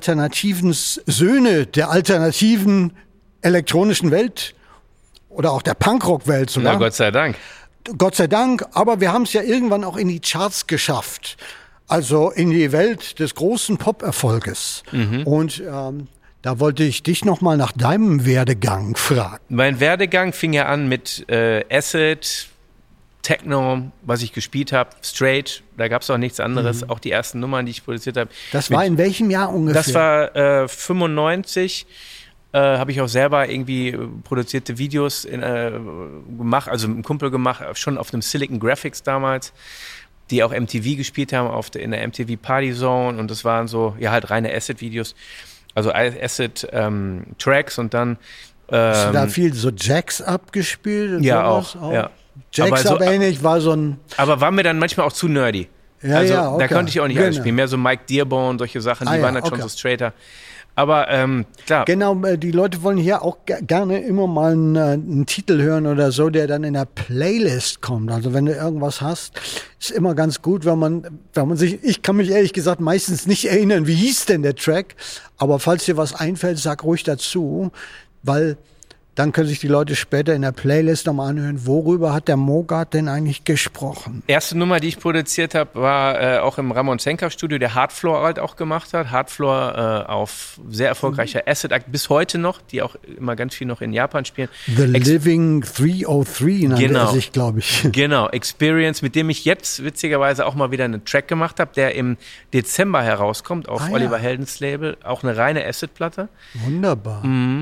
Söhne der alternativen elektronischen Welt oder auch der Punkrock-Welt sogar. Na, Gott sei Dank. Gott sei Dank, aber wir haben es ja irgendwann auch in die Charts geschafft. Also in die Welt des großen Pop-Erfolges. Und da wollte ich dich noch mal nach deinem Werdegang fragen. Mein Werdegang fing ja an mit Acid, Techno, was ich gespielt habe, Straight, da gab es auch nichts anderes. Auch die ersten Nummern, die ich produziert habe. Das war in welchem Jahr ungefähr? Das war 95. Habe ich auch selber irgendwie produzierte Videos gemacht, also mit einem Kumpel gemacht, schon auf dem Silicon Graphics damals, die auch MTV gespielt haben, in der MTV Party Zone, und das waren so, ja, halt reine Acid-Videos, also Acid-Tracks, und dann hast du da viel so Jacks abgespielt? Und ja, sowas auch, ja. Jacks aber ähnlich, war so ein... Aber war mir dann manchmal auch zu nerdy. Ja, also ja, okay. Da konnte ich auch nicht alles spielen, mehr so Mike Dearborn, solche Sachen, die waren dann schon so straighter. Aber klar. Genau, die Leute wollen hier auch gerne immer mal einen Titel hören oder so, der dann in der Playlist kommt. Also wenn du irgendwas hast, ist immer ganz gut, wenn man sich, ich kann mich ehrlich gesagt meistens nicht erinnern, wie hieß denn der Track, aber falls dir was einfällt, sag ruhig dazu, weil dann können sich die Leute später in der Playlist nochmal anhören, worüber hat der Mogart denn eigentlich gesprochen? Erste Nummer, die ich produziert habe, war auch im Ramon Zenker Studio, der Hardfloor halt auch gemacht hat. Hardfloor auf sehr erfolgreicher Acid Act bis heute noch, die auch immer ganz viel noch in Japan spielen. The Living 303 nannte er sich, glaube ich. Genau, Experience, mit dem ich jetzt witzigerweise auch mal wieder einen Track gemacht habe, der im Dezember herauskommt auf Oliver Heldens Label. Auch eine reine Acid-Platte. Wunderbar.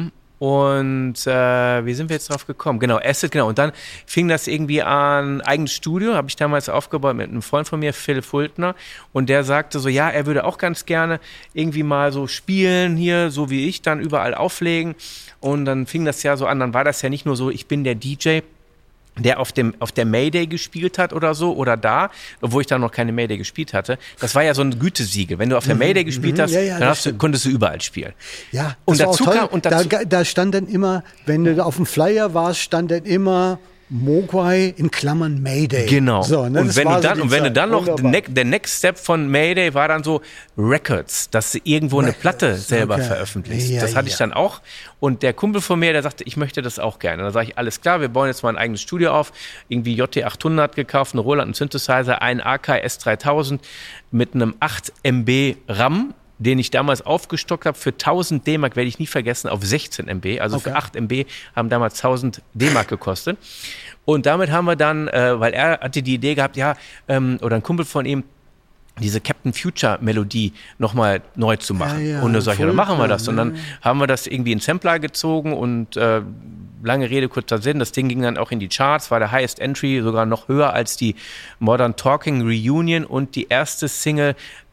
Und wie sind wir jetzt drauf gekommen? Genau, Acid, genau. Und dann fing das irgendwie an, eigenes Studio, habe ich damals aufgebaut mit einem Freund von mir, Phil Fultner. Und der sagte so, ja, er würde auch ganz gerne irgendwie mal so spielen hier, so wie ich, dann überall auflegen. Und dann fing das ja so an, dann war das ja nicht nur so, ich bin der DJ, der auf der Mayday gespielt hat oder so, oder da, obwohl ich da noch keine Mayday gespielt hatte. Das war ja so ein Gütesiegel. Wenn du auf der Mayday gespielt hast, dann konntest du überall spielen. Ja, und dazu kam, da stand dann immer, wenn du auf dem Flyer warst, stand dann immer Mogwai in Klammern Mayday. Genau. So, ne, und wenn du dann noch, der Next Step von Mayday war dann so Records, dass du irgendwo eine Platte selber veröffentlichst. Ja, das hatte ich dann auch. Und der Kumpel von mir, der sagte, ich möchte das auch gerne. Da sage ich, alles klar, wir bauen jetzt mal ein eigenes Studio auf. Irgendwie JT800 gekauft, eine Roland, einen Synthesizer, einen AK S3000 mit einem 8 MB RAM, den ich damals aufgestockt habe für 1000 D-Mark, werde ich nie vergessen, auf 16 MB. Also für 8 MB haben damals 1000 D-Mark gekostet. Und damit haben wir dann, weil er hatte die Idee gehabt, oder ein Kumpel von ihm, diese Captain Future Melodie nochmal neu zu machen. Und da sag ich, dann machen wir das. Und dann haben wir das irgendwie in Sampler gezogen und lange Rede, kurzer Sinn, das Ding ging dann auch in die Charts, war der Highest Entry, sogar noch höher als die Modern Talking Reunion und die erste Single,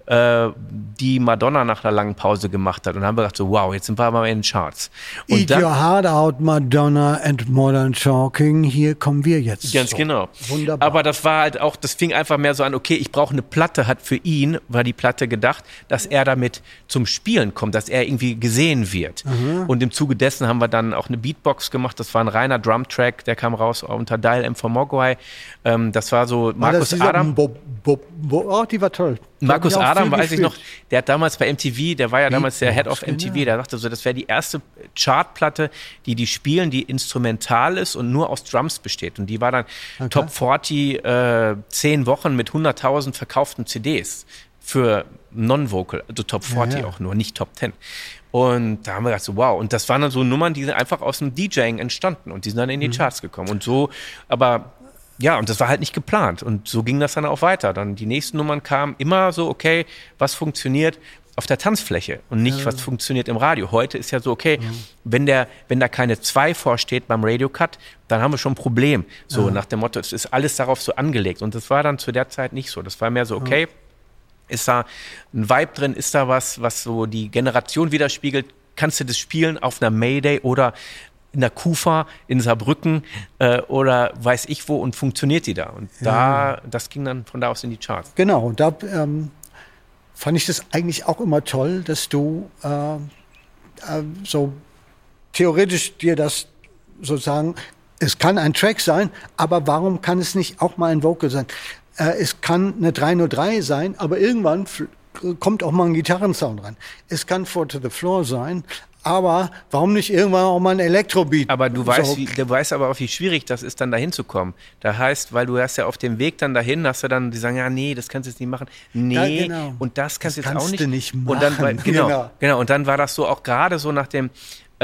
die Madonna nach einer langen Pause gemacht hat. Und dann haben wir gedacht so, wow, jetzt sind wir mal in den Charts. Und Eat Your Heart Out, Madonna and Modern Talking, hier kommen wir jetzt. Ganz so. Genau. Wunderbar. Aber das war halt auch, das fing einfach mehr so an, okay, ich brauche eine Platte, hat für ihn, war die Platte gedacht, dass er damit zum Spielen kommt, dass er irgendwie gesehen wird. Und im Zuge dessen haben wir dann auch eine Beatbox gemacht, das war ein reiner Drum-Track, der kam raus unter Dial M for Mogwai. Das war so Markus Adam. Die war toll. Markus Adam, weiß ich noch, der hat damals bei MTV, der war ja damals der Head of MTV, der sagte so, das wäre die erste Chartplatte, die spielen, die instrumental ist und nur aus Drums besteht. Und die war dann Top 40, 10 Wochen mit 100.000 verkauften CDs für Non-Vocal, also Top 40 auch nur, nicht Top 10. Und da haben wir gedacht so, wow. Und das waren dann so Nummern, die sind einfach aus dem DJing entstanden und die sind dann in die Charts gekommen. Und so, aber Ja, und das war halt nicht geplant. Und so ging das dann auch weiter. Dann die nächsten Nummern kamen immer so, okay, was funktioniert auf der Tanzfläche und nicht, was funktioniert im Radio. Heute ist ja so, okay, wenn da keine 2 vorsteht beim Radio-Cut, dann haben wir schon ein Problem. So nach dem Motto, es ist alles darauf so angelegt. Und das war dann zu der Zeit nicht so. Das war mehr so, okay, ist da ein Vibe drin, ist da was so die Generation widerspiegelt, kannst du das spielen auf einer Mayday oder in der Kufa, in Saarbrücken oder weiß ich wo und funktioniert die da? Und das ging dann von da aus in die Charts. Genau, und da fand ich das eigentlich auch immer toll, dass du so theoretisch dir das sozusagen, es kann ein Track sein, aber warum kann es nicht auch mal ein Vocal sein? Es kann eine 303 sein, aber irgendwann kommt auch mal ein Gitarrensound rein. Es kann Four to the Floor sein, aber warum nicht irgendwann auch mal ein Elektrobeat? Aber du weißt aber auch, wie schwierig das ist, dann dahin zu kommen. Da heißt, weil du hast ja auf dem Weg dann dahin, hast du dann, die sagen, ja, nee, das kannst du jetzt nicht machen. Nee, ja, genau. Und das kannst du jetzt auch nicht. Du nicht machen. Und dann, genau. Und dann war das so auch gerade so nach der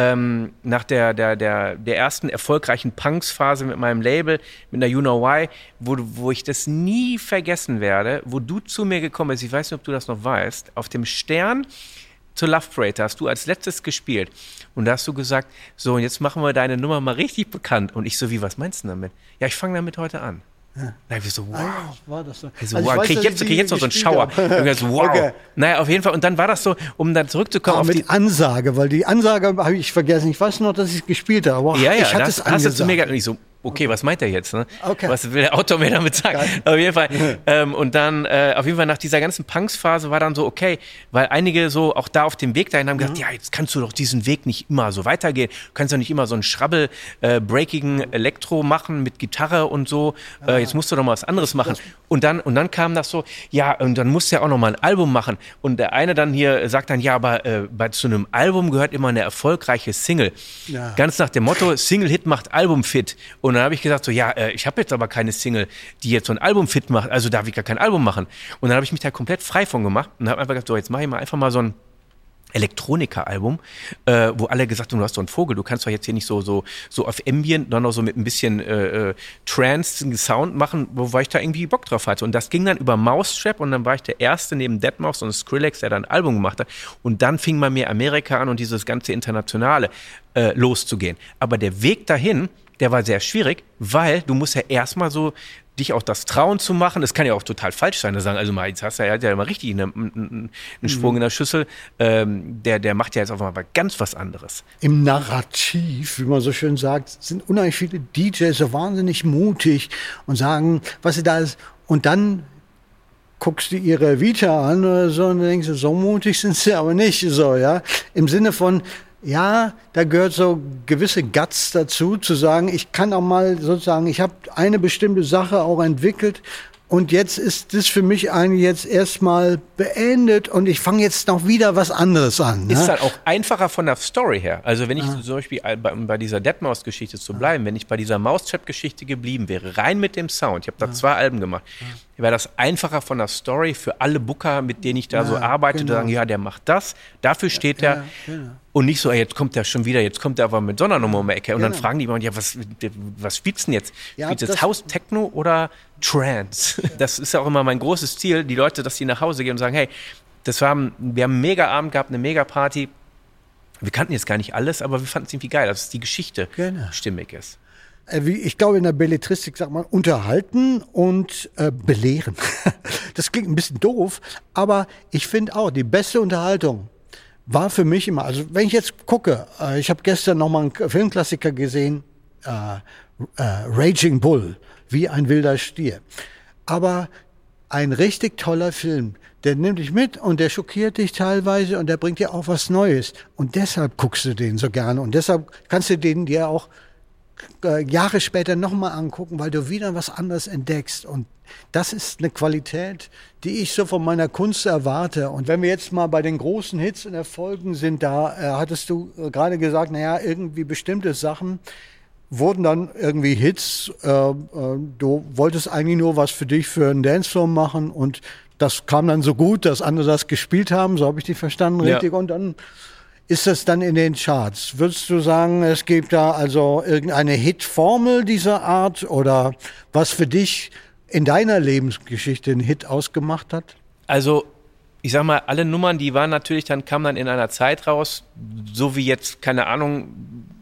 ersten erfolgreichen Punks-Phase mit meinem Label, mit einer You Know Why, wo ich das nie vergessen werde, wo du zu mir gekommen bist, ich weiß nicht, ob du das noch weißt, auf dem Stern zur Love Parade hast du als letztes gespielt und da hast du gesagt, so und jetzt machen wir deine Nummer mal richtig bekannt und ich so, wie, was meinst du damit? Ja, ich fange damit heute an. Ja. Da hab ich so, wow. War das so? Also, wow. Krieg jetzt noch so einen Schauer. So, wow. Okay. Naja, auf jeden Fall. Und dann war das so, um dann zurückzukommen. Mit die Ansage, weil die Ansage habe ich vergessen. Ich weiß noch, dass ich gespielt habe. Aber ja, ich hatte es angesagt. Hast du zu mir gesagt. Und ich so, okay, was meint er jetzt? Ne? Okay. Was will der Autor mir damit sagen? Auf jeden Fall. Und dann, auf jeden Fall nach dieser ganzen Punks-Phase war dann so, okay, weil einige so auch da auf dem Weg dahin haben gesagt, ja, jetzt kannst du doch diesen Weg nicht immer so weitergehen. Du kannst doch nicht immer so einen breakigen Elektro machen mit Gitarre und so. Jetzt musst du doch mal was anderes machen. Und dann kam das so, ja, und dann musst du ja auch noch mal ein Album machen. Und der eine dann hier sagt dann, ja, aber zu einem Album gehört immer eine erfolgreiche Single. Ja. Ganz nach dem Motto, Single-Hit macht Album-Fit. Und dann habe ich gesagt, so, ja, ich habe jetzt aber keine Single, die jetzt so ein Album fit macht, also darf ich gar kein Album machen. Und dann habe ich mich da komplett frei von gemacht und habe einfach gesagt, so, jetzt mache ich mal einfach mal so ein Elektronika-Album, wo alle gesagt haben, du hast so einen Vogel, du kannst doch jetzt hier nicht so auf Ambient, sondern auch so mit ein bisschen Trance-Sound machen, wobei ich da irgendwie Bock drauf hatte. Und das ging dann über Mousetrap und dann war ich der Erste neben Deadmau5 und Skrillex, der dann ein Album gemacht hat. Und dann fing man mir Amerika an und dieses ganze Internationale loszugehen. Aber der Weg dahin, der war sehr schwierig, weil du musst ja erstmal so dich auch das trauen zu machen. Das kann ja auch total falsch sein. Da sagen, also mal, jetzt hast du ja immer richtig einen Sprung in der Schüssel. Der macht ja jetzt auf einmal ganz was anderes. Im Narrativ, wie man so schön sagt, sind unheimlich viele DJs so wahnsinnig mutig und sagen, was sie da ist. Und dann guckst du ihre Vita an oder so und denkst, so mutig sind sie aber nicht so, ja. Im Sinne von, ja, da gehört so gewisse Guts dazu, zu sagen, ich kann auch mal sozusagen, ich habe eine bestimmte Sache auch entwickelt und jetzt ist das für mich eigentlich jetzt erstmal beendet und ich fange jetzt noch wieder was anderes an. Ist dann auch einfacher von der Story her. Also wenn ich zum Beispiel bei dieser Deadmau5-Geschichte zu bleiben, wenn ich bei dieser Mousetrap-Geschichte geblieben wäre, rein mit dem Sound, ich habe da 2 Alben gemacht, wäre das einfacher von der Story für alle Booker, mit denen ich da so arbeite, genau. Sagen, ja, der macht das, dafür steht der. Genau. Und nicht so, jetzt kommt der schon wieder, jetzt kommt der aber mit Sonnernummer um die Ecke. Und dann fragen die immer, ja, was spielst du denn jetzt? Spielst du jetzt House, Techno oder Trance? Das ist ja auch immer mein großes Ziel, die Leute, dass die nach Hause gehen und sagen, hey, wir haben einen mega Abend gehabt, eine mega Party. Wir kannten jetzt gar nicht alles, aber wir fanden es irgendwie geil, dass die Geschichte stimmig ist. Ich glaube, in der Belletristik sagt man unterhalten und belehren. Das klingt ein bisschen doof, aber ich finde auch, die beste Unterhaltung war für mich immer, also wenn ich jetzt gucke, ich habe gestern nochmal einen Filmklassiker gesehen, Raging Bull, wie ein wilder Stier. Aber ein richtig toller Film, der nimmt dich mit und der schockiert dich teilweise und der bringt dir auch was Neues. Und deshalb guckst du den so gerne und deshalb kannst du den dir auch Jahre später nochmal angucken, weil du wieder was anderes entdeckst. Und das ist eine Qualität, die ich so von meiner Kunst erwarte. Und wenn wir jetzt mal bei den großen Hits und Erfolgen sind, da hattest du gerade gesagt, naja, irgendwie bestimmte Sachen wurden dann irgendwie Hits. Du wolltest eigentlich nur was für dich für einen Dancefloor machen und das kam dann so gut, dass andere das gespielt haben, so habe ich dich verstanden, richtig. Und dann ist das dann in den Charts? Würdest du sagen, es gibt da also irgendeine Hitformel dieser Art oder was für dich in deiner Lebensgeschichte einen Hit ausgemacht hat? Also, ich sag mal, alle Nummern, die waren natürlich, kamen dann in einer Zeit raus, so wie jetzt, keine Ahnung,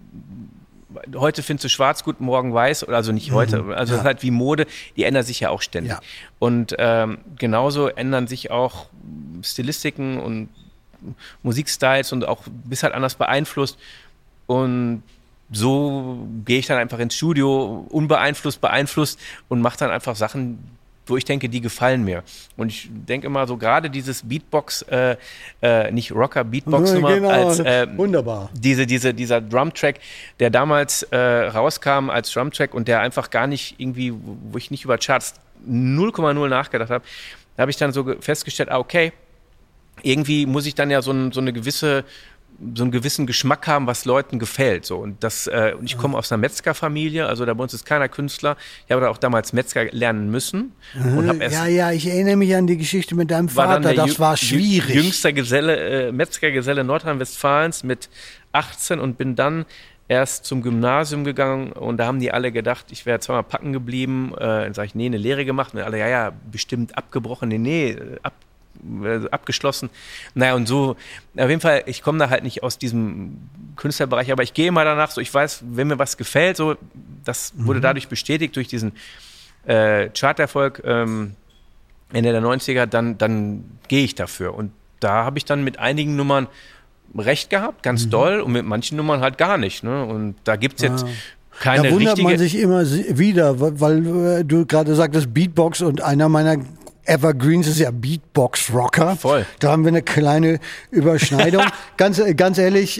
heute findest du schwarz gut, morgen weiß, oder also nicht heute, also halt wie Mode, die ändert sich ja auch ständig. Ja. Und genauso ändern sich auch Stilistiken und Musikstyles und auch bist halt anders beeinflusst. Und so gehe ich dann einfach ins Studio, unbeeinflusst, beeinflusst und mache dann einfach Sachen, wo ich denke, die gefallen mir. Und ich denke immer so, gerade dieses Beatbox, nicht Rocker-Beatbox-Nummer, genau, als wunderbar. Dieser Drum-Track, der damals rauskam als Drum-Track und der einfach gar nicht irgendwie, wo ich nicht über Charts 0,0 nachgedacht habe, da habe ich dann so festgestellt, okay, irgendwie muss ich dann ja so einen gewissen Geschmack haben, was Leuten gefällt. So. Und ich komme aus einer Metzgerfamilie, also da bei uns ist keiner Künstler. Ich habe da auch damals Metzger lernen müssen. Und hab ich erinnere mich an die Geschichte mit deinem Vater, das war schwierig. Jüngster Metzgergeselle Nordrhein-Westfalens mit 18 und bin dann erst zum Gymnasium gegangen und da haben die alle gedacht, ich wäre zweimal packen geblieben. Dann sage ich, nee, eine Lehre gemacht. Und alle, ja, bestimmt abgebrochen. Abgeschlossen. Naja, und so, auf jeden Fall, ich komme da halt nicht aus diesem Künstlerbereich, aber ich gehe immer danach, so ich weiß, wenn mir was gefällt, so, das wurde dadurch bestätigt, durch diesen Charterfolg Ende der 90er, dann gehe ich dafür. Und da habe ich dann mit einigen Nummern recht gehabt, ganz doll, und mit manchen Nummern halt gar nicht. Ne? Und da gibt es jetzt keine richtige... Da wundert man sich immer wieder, weil du gerade sagtest, Beatbox und einer meiner Evergreens ist ja Beatbox-Rocker. Voll. Da haben wir eine kleine Überschneidung. ganz ehrlich,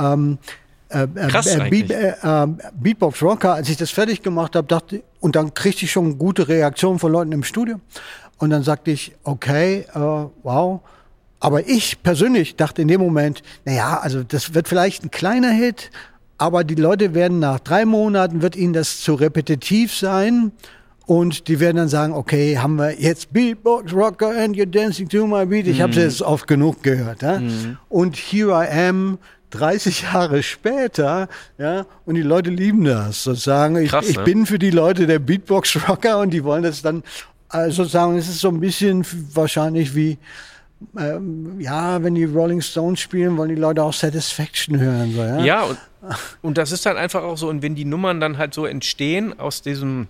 Beatbox-Rocker, als ich das fertig gemacht habe, dachte, und dann kriegte ich schon gute Reaktionen von Leuten im Studio. Und dann sagte ich, okay, wow. Aber ich persönlich dachte in dem Moment, naja, also das wird vielleicht ein kleiner Hit, aber die Leute werden nach 3 Monaten, wird ihnen das zu repetitiv sein. Und die werden dann sagen, okay, haben wir jetzt Beatbox Rocker and you're dancing to my beat. Ich habe es jetzt oft genug gehört. Ja? Und Here I Am, 30 Jahre später, ja, und die Leute lieben das. Sozusagen, ich bin für die Leute der Beatbox Rocker und die wollen das dann, sozusagen, es ist so ein bisschen wahrscheinlich wie, wenn die Rolling Stones spielen, wollen die Leute auch Satisfaction hören. So, ja, ja und das ist dann einfach auch so, und wenn die Nummern dann halt so entstehen aus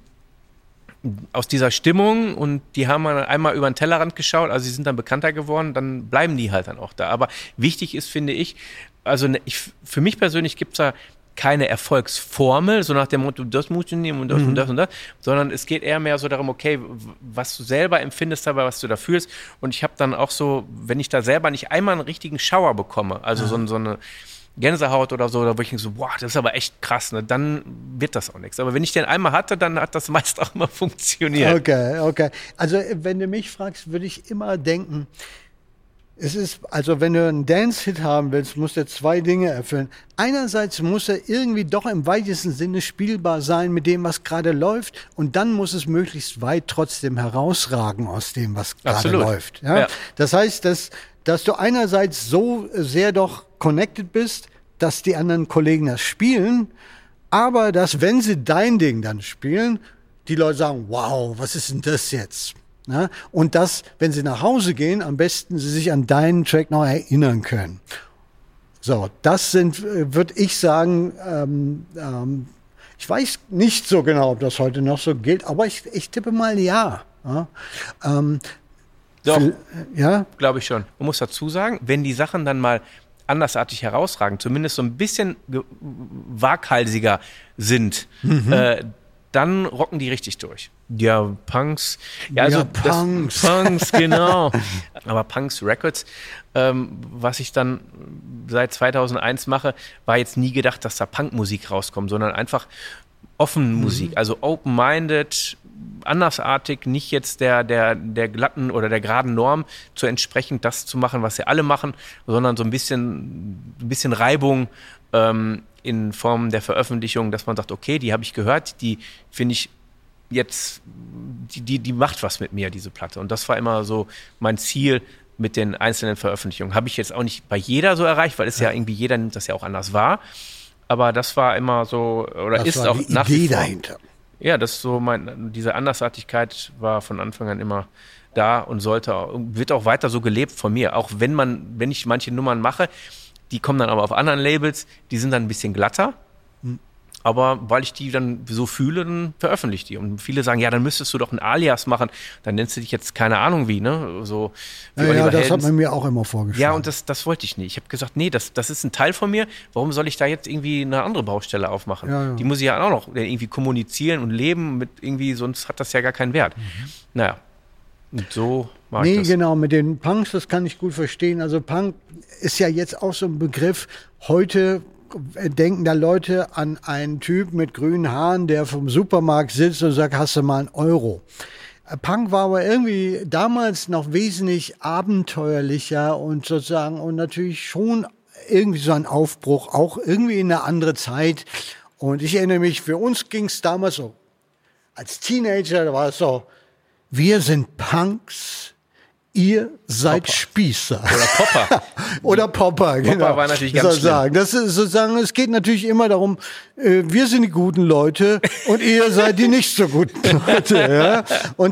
dieser Stimmung und die haben einmal über den Tellerrand geschaut, also sie sind dann bekannter geworden, dann bleiben die halt dann auch da. Aber wichtig ist, finde ich, also für mich persönlich gibt es da keine Erfolgsformel, so nach dem Motto, das musst du nehmen und das und das und das, sondern es geht eher mehr so darum, okay, was du selber empfindest dabei, was du da fühlst. Und ich habe dann auch so, wenn ich da selber nicht einmal einen richtigen Schauer bekomme, also so eine Gänsehaut oder so, da wo ich denke so, boah, das ist aber echt krass, ne? Dann wird das auch nichts. Aber wenn ich den einmal hatte, dann hat das meist auch immer funktioniert. Okay. Also wenn du mich fragst, würde ich immer denken, es ist, also wenn du einen Dance-Hit haben willst, musst du 2 Dinge erfüllen. Einerseits muss er irgendwie doch im weitesten Sinne spielbar sein mit dem, was gerade läuft. Und dann muss es möglichst weit trotzdem herausragen aus dem, was gerade läuft. Ja? Ja. Das heißt, dass du einerseits so sehr doch connected bist, dass die anderen Kollegen das spielen, aber dass, wenn sie dein Ding dann spielen, die Leute sagen, wow, was ist denn das jetzt? Na? Und dass, wenn sie nach Hause gehen, am besten sie sich an deinen Track noch erinnern können. So, das würde ich sagen, ich weiß nicht so genau, ob das heute noch so gilt, aber ich tippe mal ja. Doch, glaube ich schon. Man muss dazu sagen, wenn die Sachen dann mal andersartig herausragen, zumindest so ein bisschen waghalsiger sind, dann rocken die richtig durch. Ja, Punks. Ja, also Punks, genau. Aber Punks Records, was ich dann seit 2001 mache, war jetzt nie gedacht, dass da Punkmusik rauskommt, sondern einfach offen Musik, also open-minded, andersartig, nicht jetzt der glatten oder der geraden Norm zu entsprechend das zu machen, was sie alle machen, sondern so ein bisschen Reibung in Form der Veröffentlichung, dass man sagt, okay, die habe ich gehört, die finde ich jetzt, die macht was mit mir, diese Platte. Und das war immer so mein Ziel, mit den einzelnen Veröffentlichungen. Habe ich jetzt auch nicht bei jeder so erreicht, weil es ja irgendwie, jeder nimmt das ja auch anders wahr. Aber das war immer so, oder das ist war auch die nach Idee wie vor. Dahinter. Ja, das ist so diese Andersartigkeit war von Anfang an immer da und wird auch weiter so gelebt von mir. Auch wenn ich manche Nummern mache, die kommen dann aber auf anderen Labels, die sind dann ein bisschen glatter. Aber weil ich die dann so fühle, dann veröffentliche ich die. Und viele sagen, ja, dann müsstest du doch ein Alias machen. Dann nennst du dich jetzt keine Ahnung wie, ne? So wie ja, das Heldens. Hat man mir auch immer vorgeschlagen. Ja, und das wollte ich nicht. Ich habe gesagt, nee, das ist ein Teil von mir. Warum soll ich da jetzt irgendwie eine andere Baustelle aufmachen? Ja. Die muss ich ja auch noch irgendwie kommunizieren und leben mit irgendwie, sonst hat das ja gar keinen Wert. Naja, und so mag ich das. Nee, genau, mit den Punks, das kann ich gut verstehen. Also Punk ist ja jetzt auch so ein Begriff. Heute denken da Leute an einen Typ mit grünen Haaren, der vom Supermarkt sitzt und sagt, hast du mal einen Euro. Punk war aber irgendwie damals noch wesentlich abenteuerlicher und sozusagen und natürlich schon irgendwie so ein Aufbruch, auch irgendwie in eine andere Zeit. Und ich erinnere mich, für uns ging es damals so, als Teenager, da war es so, wir sind Punks, ihr seid Popper. Spießer. Oder Popper. Oder Popper, genau. Popper war natürlich ganz schlimm. Das ist sozusagen, es geht natürlich immer darum, wir sind die guten Leute und ihr seid die nicht so guten Leute. Ja? Und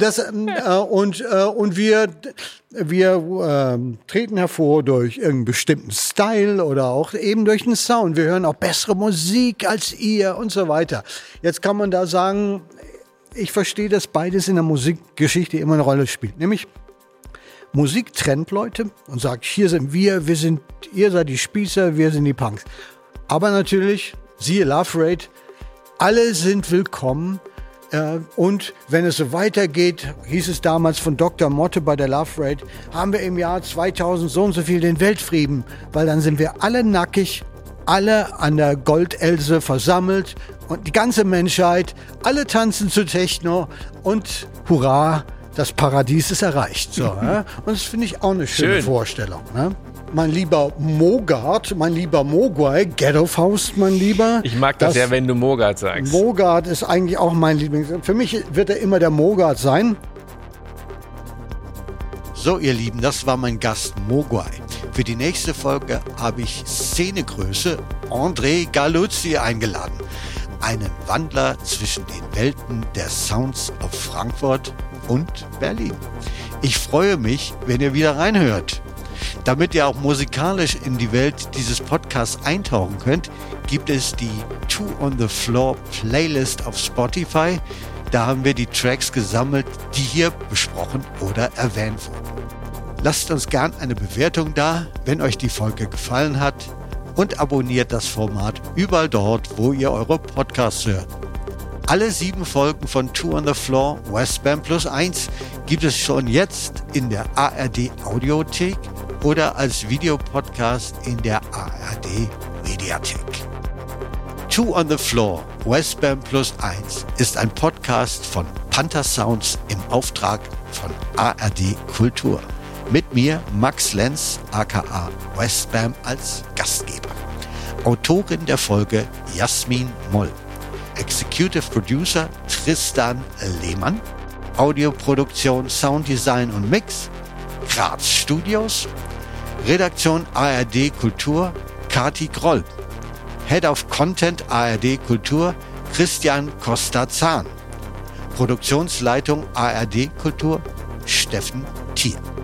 wir treten hervor durch irgendeinen bestimmten Style oder auch eben durch den Sound. Wir hören auch bessere Musik als ihr und so weiter. Jetzt kann man da sagen, ich verstehe, dass beides in der Musikgeschichte immer eine Rolle spielt. Nämlich Musik trennt Leute und sagt, hier sind ihr seid die Spießer, wir sind die Punks. Aber natürlich, siehe Love Parade, alle sind willkommen. Und wenn es so weitergeht, hieß es damals von Dr. Motte bei der Love Parade, haben wir im Jahr 2000 so und so viel den Weltfrieden, weil dann sind wir alle nackig, alle an der Goldelse versammelt und die ganze Menschheit, alle tanzen zu Techno und hurra, das Paradies ist erreicht. So, ja? Und das finde ich auch eine schöne Vorstellung. Ne? Mein lieber Mogart, mein lieber Mogwai, Ghetto Faust, mein Lieber. Ich mag das ja, wenn du Mogart sagst. Mogart ist eigentlich auch mein Lieblings. Für mich wird er immer der Mogart sein. So, ihr Lieben, das war mein Gast Mogwai. Für die nächste Folge habe ich Szenegröße André Galuzzi eingeladen. Einen Wandler zwischen den Welten der Sounds auf Frankfurt und Berlin. Ich freue mich, wenn ihr wieder reinhört. Damit ihr auch musikalisch in die Welt dieses Podcasts eintauchen könnt, gibt es die Two on the Floor Playlist auf Spotify. Da haben wir die Tracks gesammelt, die hier besprochen oder erwähnt wurden. Lasst uns gern eine Bewertung da, wenn euch die Folge gefallen hat, und abonniert das Format überall dort, wo ihr eure Podcasts hört. Alle 7 Folgen von Two on the Floor Westbam Plus 1 gibt es schon jetzt in der ARD Audiothek oder als Videopodcast in der ARD Mediathek. Two on the Floor Westbam Plus 1 ist ein Podcast von Panther Sounds im Auftrag von ARD Kultur. Mit mir Max Lenz aka Westbam als Gastgeber. Autorin der Folge Jasmin Moll. Executive Producer Tristan Lehmann, Audioproduktion, Sounddesign und Mix Graz Studios, Redaktion ARD Kultur Kati Groll, Head of Content ARD Kultur Christian Costa-Zahn, Produktionsleitung ARD Kultur Steffen Thier.